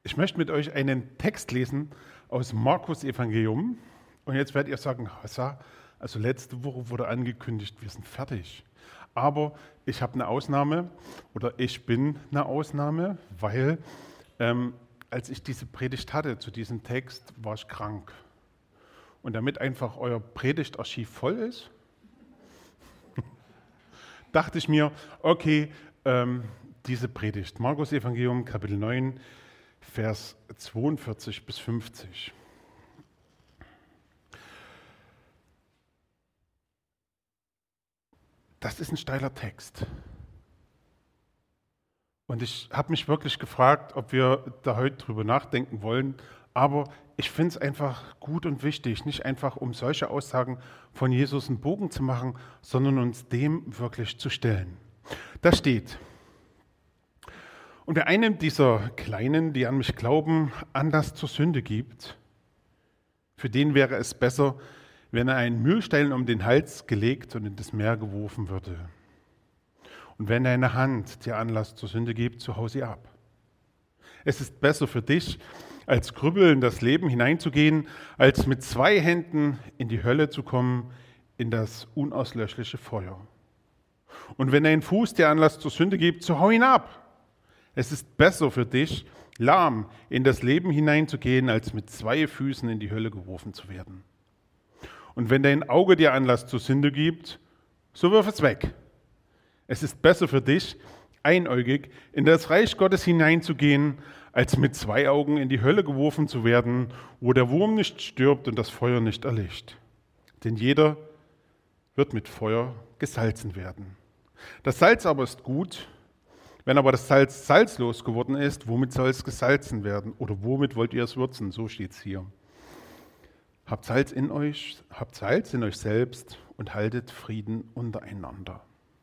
Ich möchte mit euch einen Text lesen aus Markus Evangelium. Und jetzt werdet ihr sagen, Hassa, also letzte Woche wurde angekündigt, wir sind fertig. Aber ich habe eine Ausnahme oder ich bin eine Ausnahme, weil als ich diese Predigt hatte zu diesem Text, war ich krank. Und damit einfach euer Predigtarchiv voll ist, dachte ich mir, okay, diese Predigt, Markus Evangelium, Kapitel 9, Vers 42 bis 50. Das ist ein steiler Text. Und ich habe mich wirklich gefragt, ob wir da heute drüber nachdenken wollen. Aber ich finde es einfach gut und wichtig, nicht einfach um solche Aussagen von Jesus einen Bogen zu machen, sondern uns dem wirklich zu stellen. Da steht: Und wer einem dieser Kleinen, die an mich glauben, Anlass zur Sünde gibt, für den wäre es besser, wenn er einen Mühlstein um den Hals gelegt und in das Meer geworfen würde. Und wenn deine Hand dir Anlass zur Sünde gibt, so hau sie ab. Es ist besser für dich, als Krüppel in das Leben hineinzugehen, als mit 2 Händen in die Hölle zu kommen, in das unauslöschliche Feuer. Und wenn dein Fuß dir Anlass zur Sünde gibt, so hau ihn ab. Es ist besser für dich, lahm in das Leben hineinzugehen, als mit 2 Füßen in die Hölle geworfen zu werden. Und wenn dein Auge dir Anlass zur Sünde gibt, so wirf es weg. Es ist besser für dich, einäugig in das Reich Gottes hineinzugehen, als mit 2 Augen in die Hölle geworfen zu werden, wo der Wurm nicht stirbt und das Feuer nicht erlischt. Denn jeder wird mit Feuer gesalzen werden. Das Salz aber ist gut. Wenn aber das Salz salzlos geworden ist, womit soll es gesalzen werden? Oder womit wollt ihr es würzen? So steht es hier. Habt Salz in euch selbst und haltet Frieden untereinander.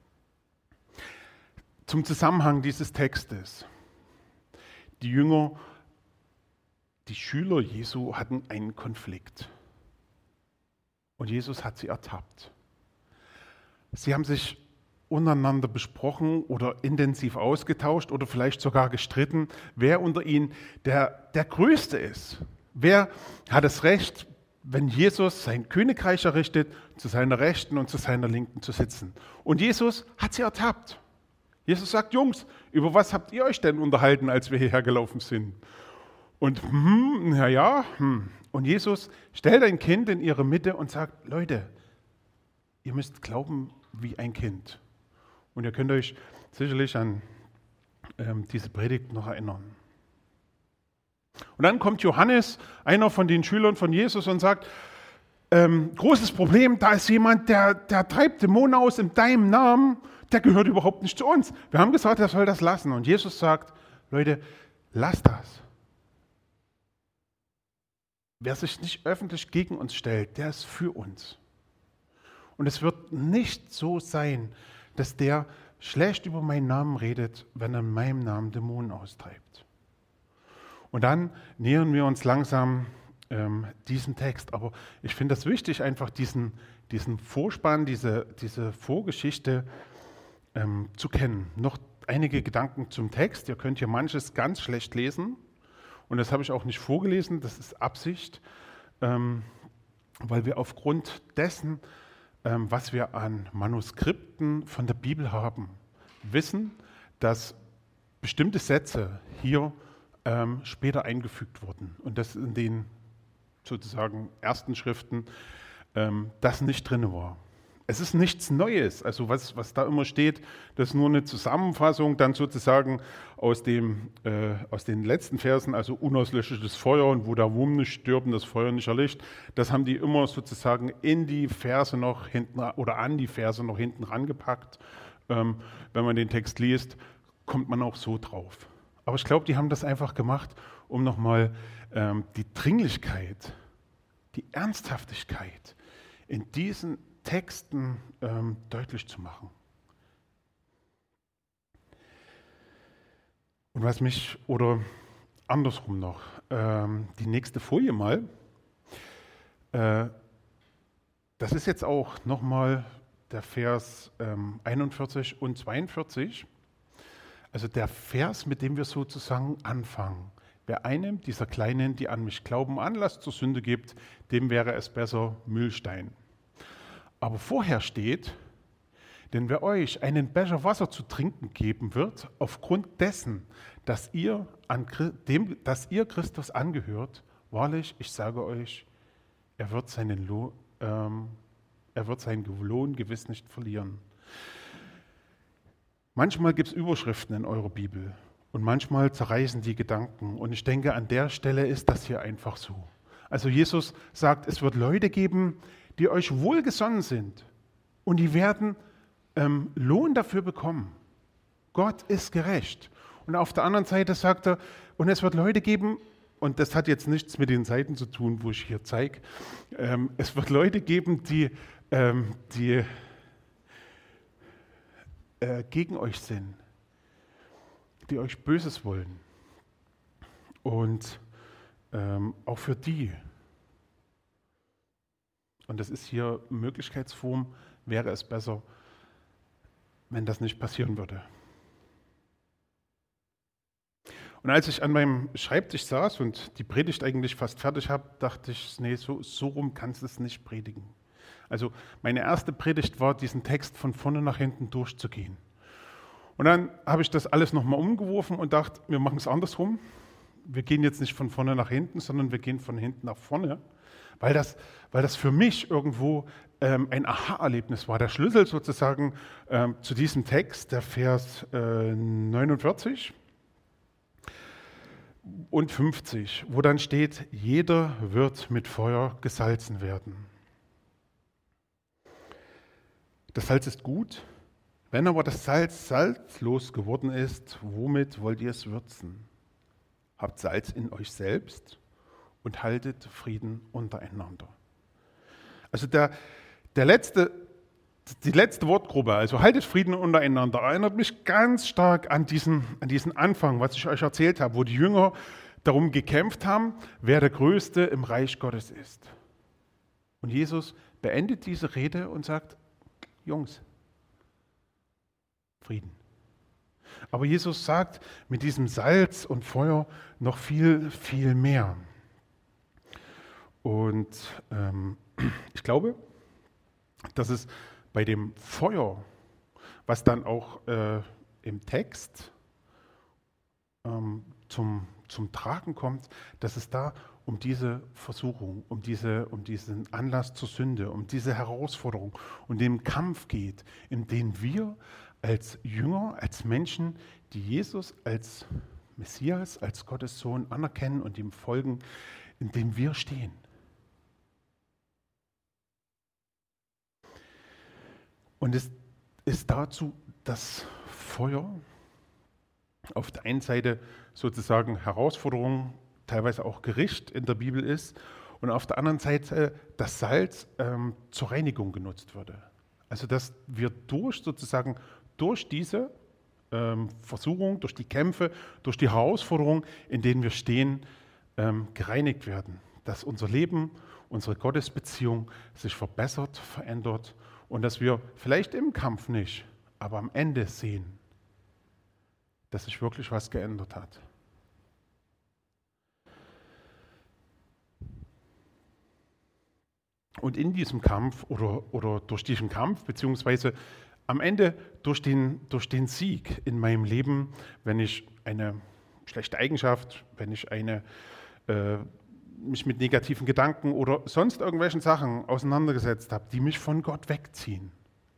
Zum Zusammenhang dieses Textes. Die Jünger, die Schüler Jesu hatten einen Konflikt. Und Jesus hat sie ertappt. Sie haben sich untereinander besprochen oder intensiv ausgetauscht oder vielleicht sogar gestritten, wer unter ihnen der Größte ist. Wer hat das Recht, wenn Jesus sein Königreich errichtet, zu seiner Rechten und zu seiner Linken zu sitzen. Und Jesus hat sie ertappt. Jesus sagt: Jungs, über was habt ihr euch denn unterhalten, als wir hierher gelaufen sind? Und Und Jesus stellt ein Kind in ihre Mitte und sagt: Leute, ihr müsst glauben wie ein Kind. Und ihr könnt euch sicherlich an diese Predigt noch erinnern. Und dann kommt Johannes, einer von den Schülern von Jesus, und sagt: großes Problem, da ist jemand, der treibt Dämonen aus in deinem Namen, der gehört überhaupt nicht zu uns. Wir haben gesagt, er soll das lassen. Und Jesus sagt: Leute, lasst das. Wer sich nicht öffentlich gegen uns stellt, der ist für uns. Und es wird nicht so sein, dass der schlecht über meinen Namen redet, wenn er in meinem Namen Dämonen austreibt. Und dann nähern wir uns langsam diesem Text. Aber ich finde das wichtig, einfach diesen Vorspann, diese Vorgeschichte zu kennen. Noch einige Gedanken zum Text. Ihr könnt hier manches ganz schlecht lesen. Und das habe ich auch nicht vorgelesen, das ist Absicht, weil wir aufgrund dessen, was wir an Manuskripten von der Bibel haben, wissen, dass bestimmte Sätze hier später eingefügt wurden und dass in den sozusagen ersten Schriften das nicht drin war. Es ist nichts Neues, also was da immer steht, das ist nur eine Zusammenfassung dann sozusagen aus den letzten Versen, also unauslöschliches Feuer und wo der Wurm nicht stirbt und das Feuer nicht erlischt, das haben die immer sozusagen in die Verse noch hinten oder an die Verse noch hinten rangepackt. Wenn man den Text liest, kommt man auch so drauf. Aber ich glaube, die haben das einfach gemacht, um nochmal die Dringlichkeit, die Ernsthaftigkeit in diesen Texten deutlich zu machen. Und was mich, oder andersrum noch, die nächste Folie mal, das ist jetzt auch nochmal der Vers 41 und 42, also der Vers, mit dem wir sozusagen anfangen. Wer einem dieser Kleinen, die an mich glauben, Anlass zur Sünde gibt, dem wäre es besser Mühlstein. Aber vorher steht, denn wer euch einen Becher Wasser zu trinken geben wird, aufgrund dessen, dass ihr Christus angehört, wahrlich, ich sage euch, er wird seinen Lohn gewiss nicht verlieren. Manchmal gibt es Überschriften in eurer Bibel und manchmal zerreißen die Gedanken. Und ich denke, an der Stelle ist das hier einfach so. Also Jesus sagt, es wird Leute geben, die euch wohlgesonnen sind und die werden Lohn dafür bekommen. Gott ist gerecht. Und auf der anderen Seite sagt er, und es wird Leute geben, und das hat jetzt nichts mit den Seiten zu tun, wo ich hier zeige, es wird Leute geben, die gegen euch sind, die euch Böses wollen. Und auch für die, und das ist hier Möglichkeitsform, wäre es besser, wenn das nicht passieren würde. Und als ich an meinem Schreibtisch saß und die Predigt eigentlich fast fertig habe, dachte ich, nee, so rum kannst du es nicht predigen. Also meine erste Predigt war, diesen Text von vorne nach hinten durchzugehen. Und dann habe ich das alles nochmal umgeworfen und dachte, wir machen es andersrum. Wir gehen jetzt nicht von vorne nach hinten, sondern wir gehen von hinten nach vorne, weil das für mich irgendwo ein Aha-Erlebnis war. Der Schlüssel sozusagen zu diesem Text, der Vers 49 und 50, wo dann steht, jeder wird mit Feuer gesalzen werden. Das Salz ist gut, wenn aber das Salz salzlos geworden ist, womit wollt ihr es würzen? Habt Salz in euch selbst und haltet Frieden untereinander. Also die letzte Wortgruppe, also haltet Frieden untereinander, erinnert mich ganz stark an diesen Anfang, was ich euch erzählt habe, wo die Jünger darum gekämpft haben, wer der Größte im Reich Gottes ist. Und Jesus beendet diese Rede und sagt, Jungs, Frieden. Aber Jesus sagt mit diesem Salz und Feuer noch viel, viel mehr. Und ich glaube, dass es bei dem Feuer, was dann auch im Text zum Tragen kommt, dass es da um diese Versuchung, um diesen Anlass zur Sünde, um diese Herausforderung, um den Kampf geht, in dem wir als Jünger, als Menschen, die Jesus als Messias, als Gottes Sohn anerkennen und ihm folgen, in dem wir stehen. Und es ist dazu das Feuer auf der einen Seite sozusagen Herausforderung, teilweise auch Gericht in der Bibel ist und auf der anderen Seite das Salz zur Reinigung genutzt würde. Also dass wir durch diese Versuchung, durch die Kämpfe, durch die Herausforderung, in denen wir stehen, gereinigt werden. Dass unser Leben, unsere Gottesbeziehung sich verbessert, verändert und dass wir vielleicht im Kampf nicht, aber am Ende sehen, dass sich wirklich was geändert hat. Und in diesem Kampf oder durch diesen Kampf, beziehungsweise am Ende durch den Sieg in meinem Leben, wenn ich eine schlechte Eigenschaft, wenn ich mich mit negativen Gedanken oder sonst irgendwelchen Sachen auseinandergesetzt habe, die mich von Gott wegziehen.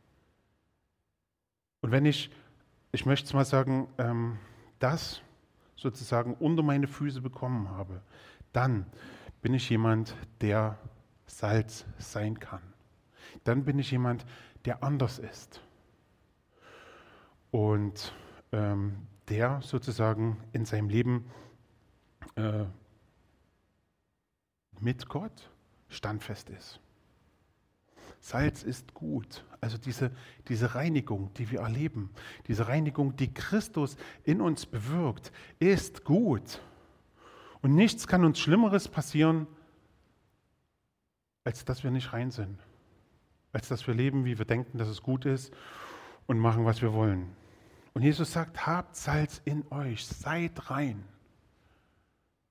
Und wenn ich möchte es mal sagen, das sozusagen unter meine Füße bekommen habe, dann bin ich jemand, der Salz sein kann. Dann bin ich jemand, der anders ist. Und der sozusagen in seinem Leben mit Gott standfest ist. Salz ist gut. Also diese Reinigung, die wir erleben, diese Reinigung, die Christus in uns bewirkt, ist gut. Und nichts kann uns Schlimmeres passieren, als dass wir nicht rein sind. Als dass wir leben, wie wir denken, dass es gut ist und machen, was wir wollen. Und Jesus sagt, habt Salz in euch, seid rein.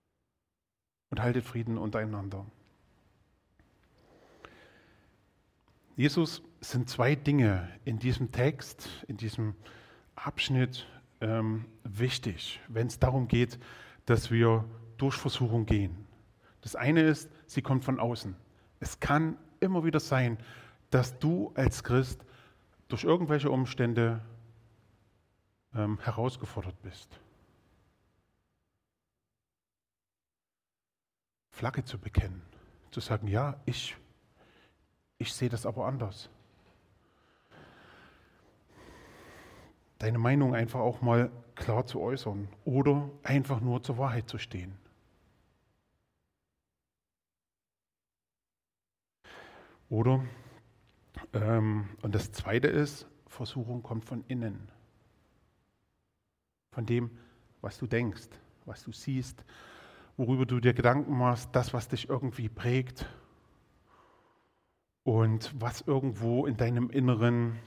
und haltet Frieden untereinander. Jesus, sind zwei Dinge in diesem Text, in diesem Abschnitt wichtig, wenn es darum geht, dass wir durch Versuchung gehen. Das eine ist, sie kommt von außen. Es kann immer wieder sein, dass du als Christ durch irgendwelche Umstände herausgefordert bist. Flagge zu bekennen, zu sagen, ja, ich sehe das aber anders. Deine Meinung einfach auch mal klar zu äußern oder einfach nur zur Wahrheit zu stehen. Oder, und das Zweite ist, Versuchung kommt von innen. Von dem, was du denkst, was du siehst, worüber du dir Gedanken machst, das, was dich irgendwie prägt und was irgendwo in deinem Inneren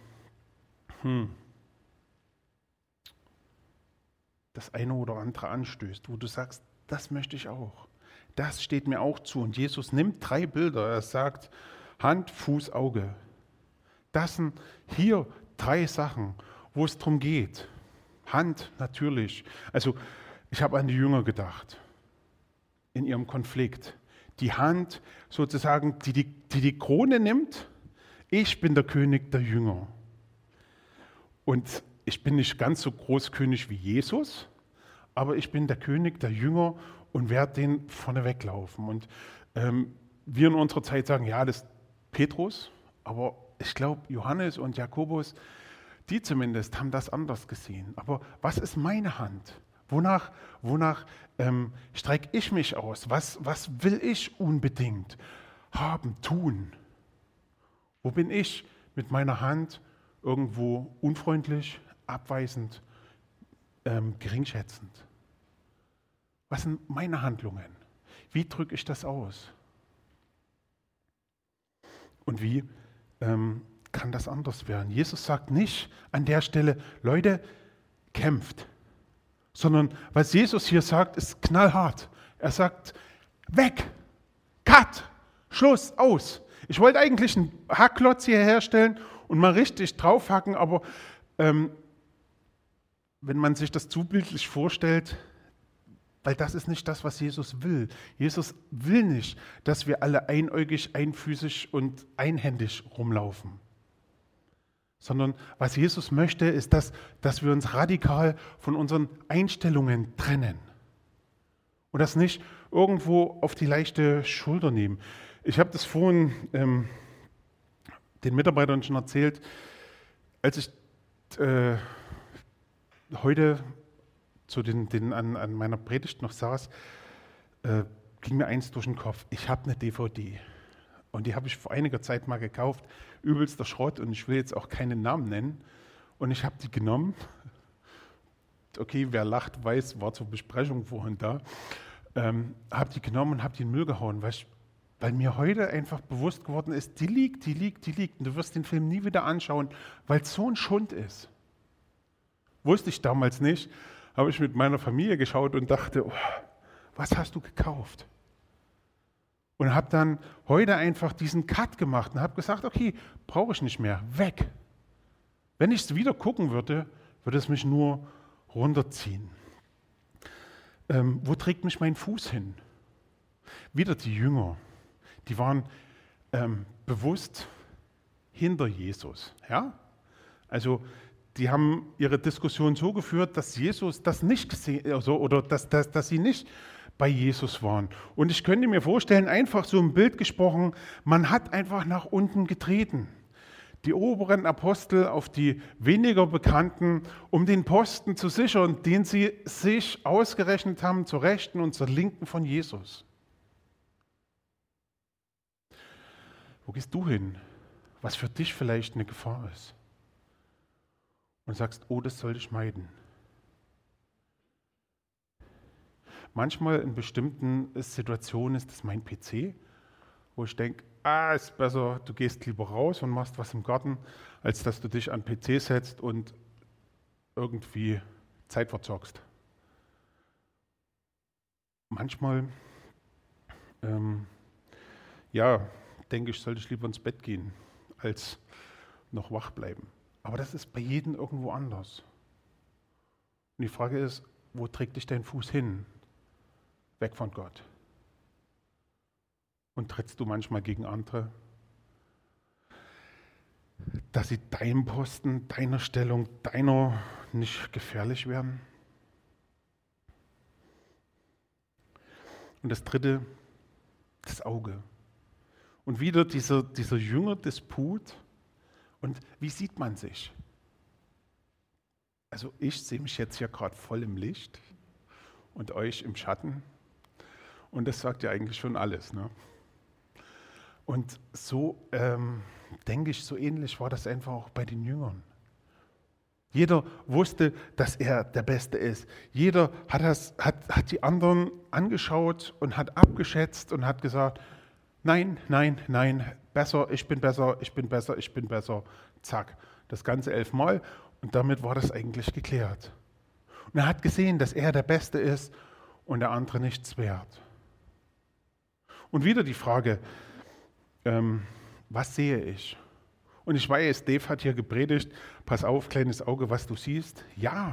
das eine oder andere anstößt, wo du sagst, das möchte ich auch. Das steht mir auch zu. Und Jesus nimmt 3 Bilder. Er sagt Hand, Fuß, Auge. Das sind hier 3 Sachen, wo es darum geht. Hand, natürlich. Also ich habe an die Jünger gedacht, in ihrem Konflikt. Die Hand sozusagen, die Krone nimmt. Ich bin der König der Jünger. Und ich bin nicht ganz so Großkönig wie Jesus, aber ich bin der König der Jünger und werde den vorne weglaufen. Und wir in unserer Zeit sagen, ja, das ist Petrus, aber ich glaube, Johannes und Jakobus, die zumindest haben das anders gesehen. Aber was ist meine Hand? Wonach strecke ich mich aus? Was will ich unbedingt haben, tun? Wo bin ich mit meiner Hand irgendwo unfreundlich, abweisend, geringschätzend? Was sind meine Handlungen? Wie drücke ich das aus? Und wie kann das anders werden? Jesus sagt nicht an der Stelle, Leute, kämpft. Sondern was Jesus hier sagt, ist knallhart. Er sagt, weg, cut, Schluss, aus. Ich wollte eigentlich einen Hackklotz hier herstellen und mal richtig draufhacken, aber wenn man sich das zu bildlich vorstellt, weil das ist nicht das, was Jesus will. Jesus will nicht, dass wir alle einäugig, einfüßig und einhändig rumlaufen. Sondern was Jesus möchte, ist, dass wir uns radikal von unseren Einstellungen trennen. Und das nicht irgendwo auf die leichte Schulter nehmen. Ich habe das vorhin den Mitarbeitern schon erzählt, als ich heute an meiner Predigt noch saß, ging mir eins durch den Kopf. Ich habe eine DVD und die habe ich vor einiger Zeit mal gekauft, übelster Schrott und ich will jetzt auch keinen Namen nennen. Und ich habe die genommen. Okay, wer lacht, weiß, war zur Besprechung vorhin da. Habe die genommen und habe die in den Müll gehauen, weil mir heute einfach bewusst geworden ist, die liegt. Und du wirst den Film nie wieder anschauen, weil es so ein Schund ist. Wusste ich damals nicht. Habe ich mit meiner Familie geschaut und dachte, oh, was hast du gekauft? Und habe dann heute einfach diesen Cut gemacht und habe gesagt, okay, brauche ich nicht mehr, weg. Wenn ich es wieder gucken würde, würde es mich nur runterziehen. Wo trägt mich mein Fuß hin? Wieder die Jünger, die waren bewusst hinter Jesus. Ja? Also die haben ihre Diskussion so geführt, dass Jesus das nicht gesehen, oder dass sie nicht bei Jesus waren. Und ich könnte mir vorstellen, einfach so im Bild gesprochen, man hat einfach nach unten getreten. Die oberen Apostel auf die weniger bekannten, um den Posten zu sichern, den sie sich ausgerechnet haben zur Rechten und zur Linken von Jesus. Wo gehst du hin, was für dich vielleicht eine Gefahr ist? Und sagst, oh, das soll ich meiden. Manchmal in bestimmten Situationen ist das mein PC, wo ich denke, ist besser, du gehst lieber raus und machst was im Garten, als dass du dich an den PC setzt und irgendwie Zeit verzockst. Manchmal ähm, ja, denke ich, sollte ich lieber ins Bett gehen, als noch wach bleiben. Aber das ist bei jedem irgendwo anders. Und die Frage ist, wo trägt dich dein Fuß hin? Weg von Gott. Und trittst du manchmal gegen andere, dass sie deinem Posten, deiner Stellung, deiner nicht gefährlich werden? Und das dritte, das Auge. Und wieder dieser Jünger-Disput. Und wie sieht man sich? Also ich sehe mich jetzt hier gerade voll im Licht und euch im Schatten. Und das sagt ja eigentlich schon alles. Ne? Und so denke ich, so ähnlich war das einfach auch bei den Jüngern. Jeder wusste, dass er der Beste ist. Jeder hat die anderen angeschaut und hat abgeschätzt und hat gesagt, nein, nein, nein, besser, ich bin besser, ich bin besser, ich bin besser. Zack, das Ganze 11 Mal und damit war das eigentlich geklärt. Und er hat gesehen, dass er der Beste ist und der andere nichts wert. Und wieder die Frage, was sehe ich? Und ich weiß, Dave hat hier gepredigt, pass auf, kleines Auge, was du siehst. Ja,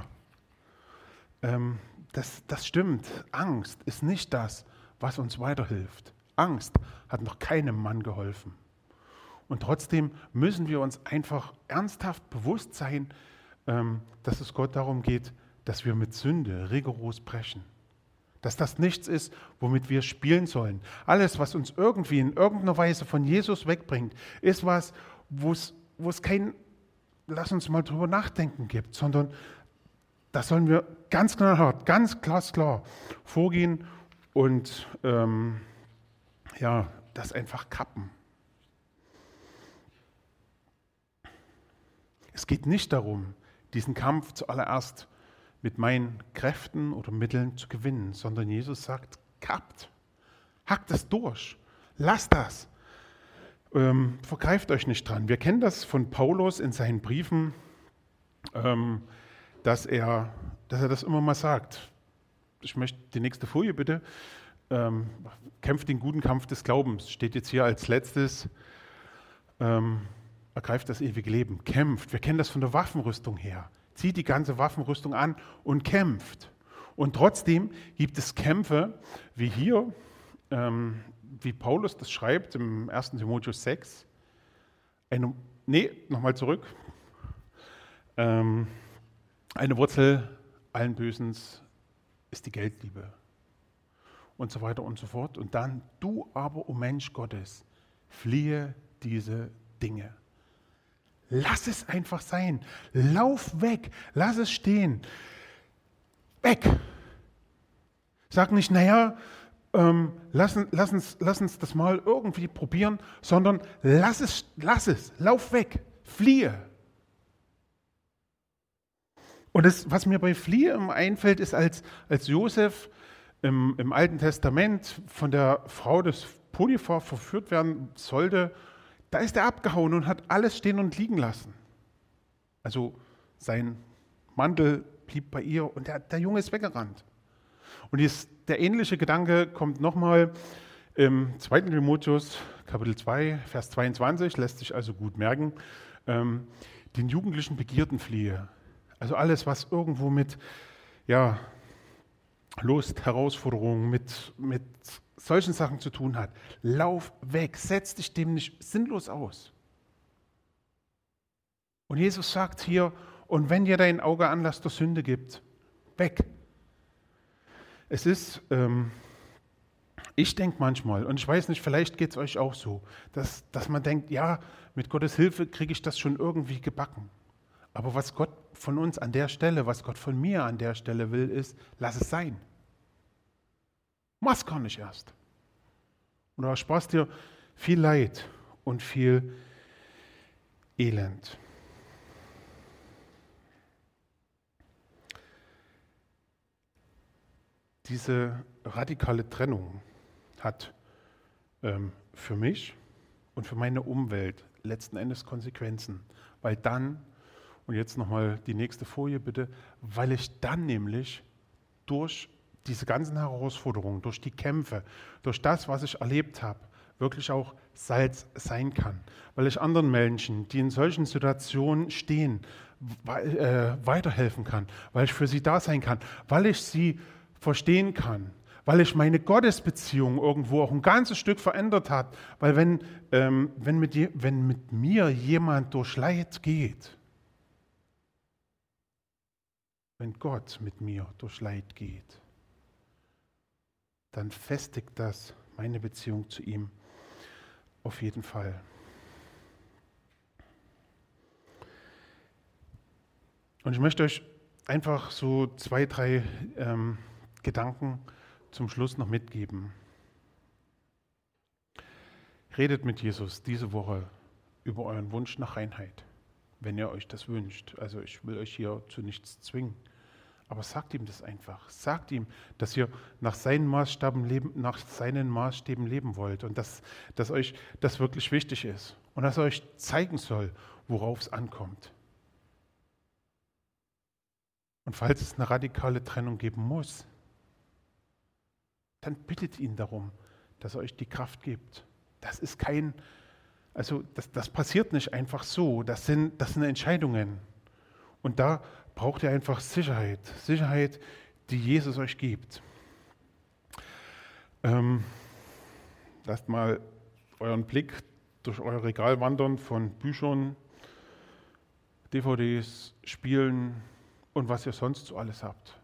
das stimmt. Angst ist nicht das, was uns weiterhilft. Angst hat noch keinem Mann geholfen. Und trotzdem müssen wir uns einfach ernsthaft bewusst sein, dass es Gott darum geht, dass wir mit Sünde rigoros brechen. Dass das nichts ist, womit wir spielen sollen. Alles, was uns irgendwie in irgendeiner Weise von Jesus wegbringt, ist was, wo es kein, lass uns mal drüber nachdenken gibt, sondern da sollen wir ganz knallhart, ganz glasklar vorgehen und das einfach kappen. Es geht nicht darum, diesen Kampf zuallererst mit meinen Kräften oder Mitteln zu gewinnen, sondern Jesus sagt, kappt, hackt es durch, lasst das, vergreift euch nicht dran. Wir kennen das von Paulus in seinen Briefen, dass er das immer mal sagt. Ich möchte die nächste Folie bitte. Kämpft den guten Kampf des Glaubens, steht jetzt hier als letztes. Ergreift das ewige Leben, kämpft. Wir kennen das von der Waffenrüstung her. Zieht die ganze Waffenrüstung an und kämpft. Und trotzdem gibt es Kämpfe, wie hier, wie Paulus das schreibt im 1. Timotheus 6. Nochmal zurück. Eine Wurzel allen Bösens ist die Geldliebe. Und so weiter und so fort. Und dann, du aber, o Mensch Gottes, fliehe diese Dinge. Lass es einfach sein. Lauf weg. Lass es stehen. Weg. Sag nicht, lass uns das mal irgendwie probieren, sondern lass es. Lauf weg. Fliehe. Und das, was mir bei Fliehe immer einfällt, ist, als Josef im Alten Testament von der Frau des Potiphar verführt werden sollte, da ist er abgehauen und hat alles stehen und liegen lassen. Also sein Mantel blieb bei ihr und der Junge ist weggerannt. Und der ähnliche Gedanke kommt nochmal im 2. Timotheus, Kapitel 2, Vers 22, lässt sich also gut merken, den jugendlichen Begierden fliehe. Also alles, was irgendwo mit Lust, Herausforderungen, mit solchen Sachen zu tun hat. Lauf weg, setz dich dem nicht sinnlos aus. Und Jesus sagt hier, und wenn dir dein Auge Anlass der Sünde gibt, weg. Es ist, ich denke manchmal, und ich weiß nicht, vielleicht geht es euch auch so, dass man denkt, ja, mit Gottes Hilfe kriege ich das schon irgendwie gebacken. Aber was Gott von uns an der Stelle, was Gott von mir an der Stelle will, ist, lass es sein. Mach's gar nicht erst. Und du ersparst dir viel Leid und viel Elend. Diese radikale Trennung hat für mich und für meine Umwelt letzten Endes Konsequenzen, weil dann, und jetzt nochmal die nächste Folie bitte, weil ich dann nämlich durch diese ganzen Herausforderungen, durch die Kämpfe, durch das, was ich erlebt habe, wirklich auch Salz sein kann. Weil ich anderen Menschen, die in solchen Situationen stehen, weiterhelfen kann, weil ich für sie da sein kann, weil ich sie verstehen kann, weil ich meine Gottesbeziehung irgendwo auch ein ganzes Stück verändert hat. Weil wenn mit mir jemand durch Leid geht, wenn Gott mit mir durch Leid geht, dann festigt das meine Beziehung zu ihm auf jeden Fall. Und ich möchte euch einfach so 2, 3 Gedanken zum Schluss noch mitgeben. Redet mit Jesus diese Woche über euren Wunsch nach Reinheit, wenn ihr euch das wünscht. Also ich will euch hier zu nichts zwingen. Aber sagt ihm das einfach. Sagt ihm, dass ihr nach seinen Maßstäben leben wollt und dass euch das wirklich wichtig ist und dass er euch zeigen soll, worauf es ankommt. Und falls es eine radikale Trennung geben muss, dann bittet ihn darum, dass er euch die Kraft gibt. Das ist das passiert nicht einfach so. Das sind Entscheidungen. Und da braucht ihr einfach Sicherheit, die Jesus euch gibt. Lasst mal euren Blick durch euer Regal wandern von Büchern, DVDs, Spielen und was ihr sonst so alles habt.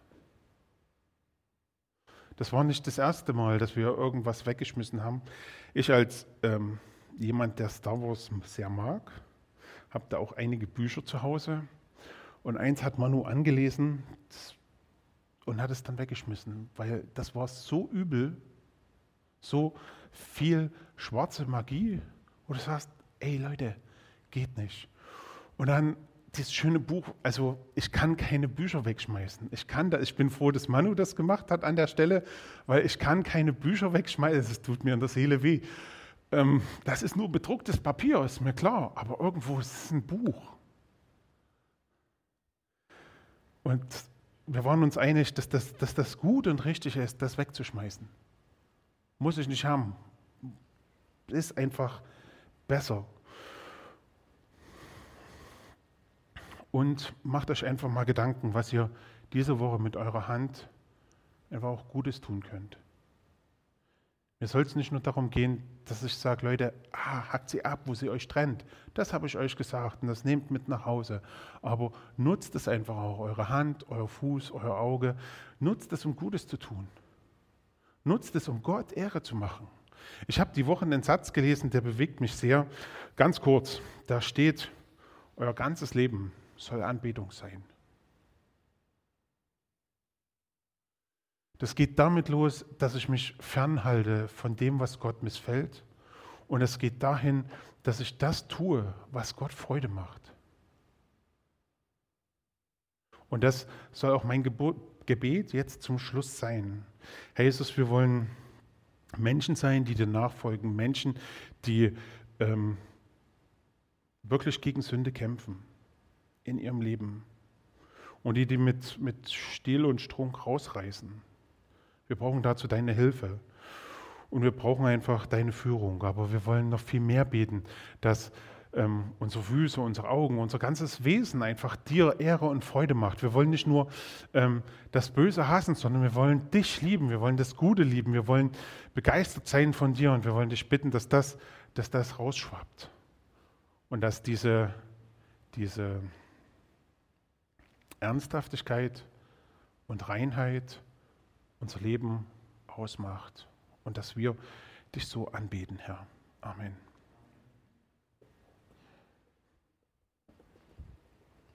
Das war nicht das erste Mal, dass wir irgendwas weggeschmissen haben. Ich als jemand, der Star Wars sehr mag, habe da auch einige Bücher zu Hause. Und eins hat Manu angelesen und hat es dann weggeschmissen, weil das war so übel, so viel schwarze Magie, wo du sagst, ey Leute, geht nicht. Und dann dieses schöne Buch, also ich kann keine Bücher wegschmeißen. Ich bin froh, dass Manu das gemacht hat an der Stelle, weil ich kann keine Bücher wegschmeißen, es tut mir in der Seele weh. Das ist nur bedrucktes Papier, ist mir klar, aber irgendwo ist es ein Buch. Und wir waren uns einig, dass das gut und richtig ist, das wegzuschmeißen. Muss ich nicht haben. Ist einfach besser. Und macht euch einfach mal Gedanken, was ihr diese Woche mit eurer Hand einfach auch Gutes tun könnt. Mir soll es nicht nur darum gehen, dass ich sage, Leute, hackt sie ab, wo sie euch trennt. Das habe ich euch gesagt und das nehmt mit nach Hause. Aber nutzt es einfach auch, eure Hand, euer Fuß, euer Auge. Nutzt es, um Gutes zu tun. Nutzt es, um Gott Ehre zu machen. Ich habe die Woche einen Satz gelesen, der bewegt mich sehr. Ganz kurz, da steht, euer ganzes Leben soll Anbetung sein. Das geht damit los, dass ich mich fernhalte von dem, was Gott missfällt. Und es geht dahin, dass ich das tue, was Gott Freude macht. Und das soll auch mein Gebet jetzt zum Schluss sein. Herr Jesus, wir wollen Menschen sein, die dir nachfolgen. Menschen, die wirklich gegen Sünde kämpfen in ihrem Leben. Und die mit Stiel und Strunk rausreißen. Wir brauchen dazu deine Hilfe und wir brauchen einfach deine Führung. Aber wir wollen noch viel mehr beten, dass unsere Füße, unsere Augen, unser ganzes Wesen einfach dir Ehre und Freude macht. Wir wollen nicht nur das Böse hassen, sondern wir wollen dich lieben, wir wollen das Gute lieben, wir wollen begeistert sein von dir und wir wollen dich bitten, dass das rausschwappt und dass diese Ernsthaftigkeit und Reinheit unser Leben ausmacht und dass wir dich so anbeten, Herr. Amen.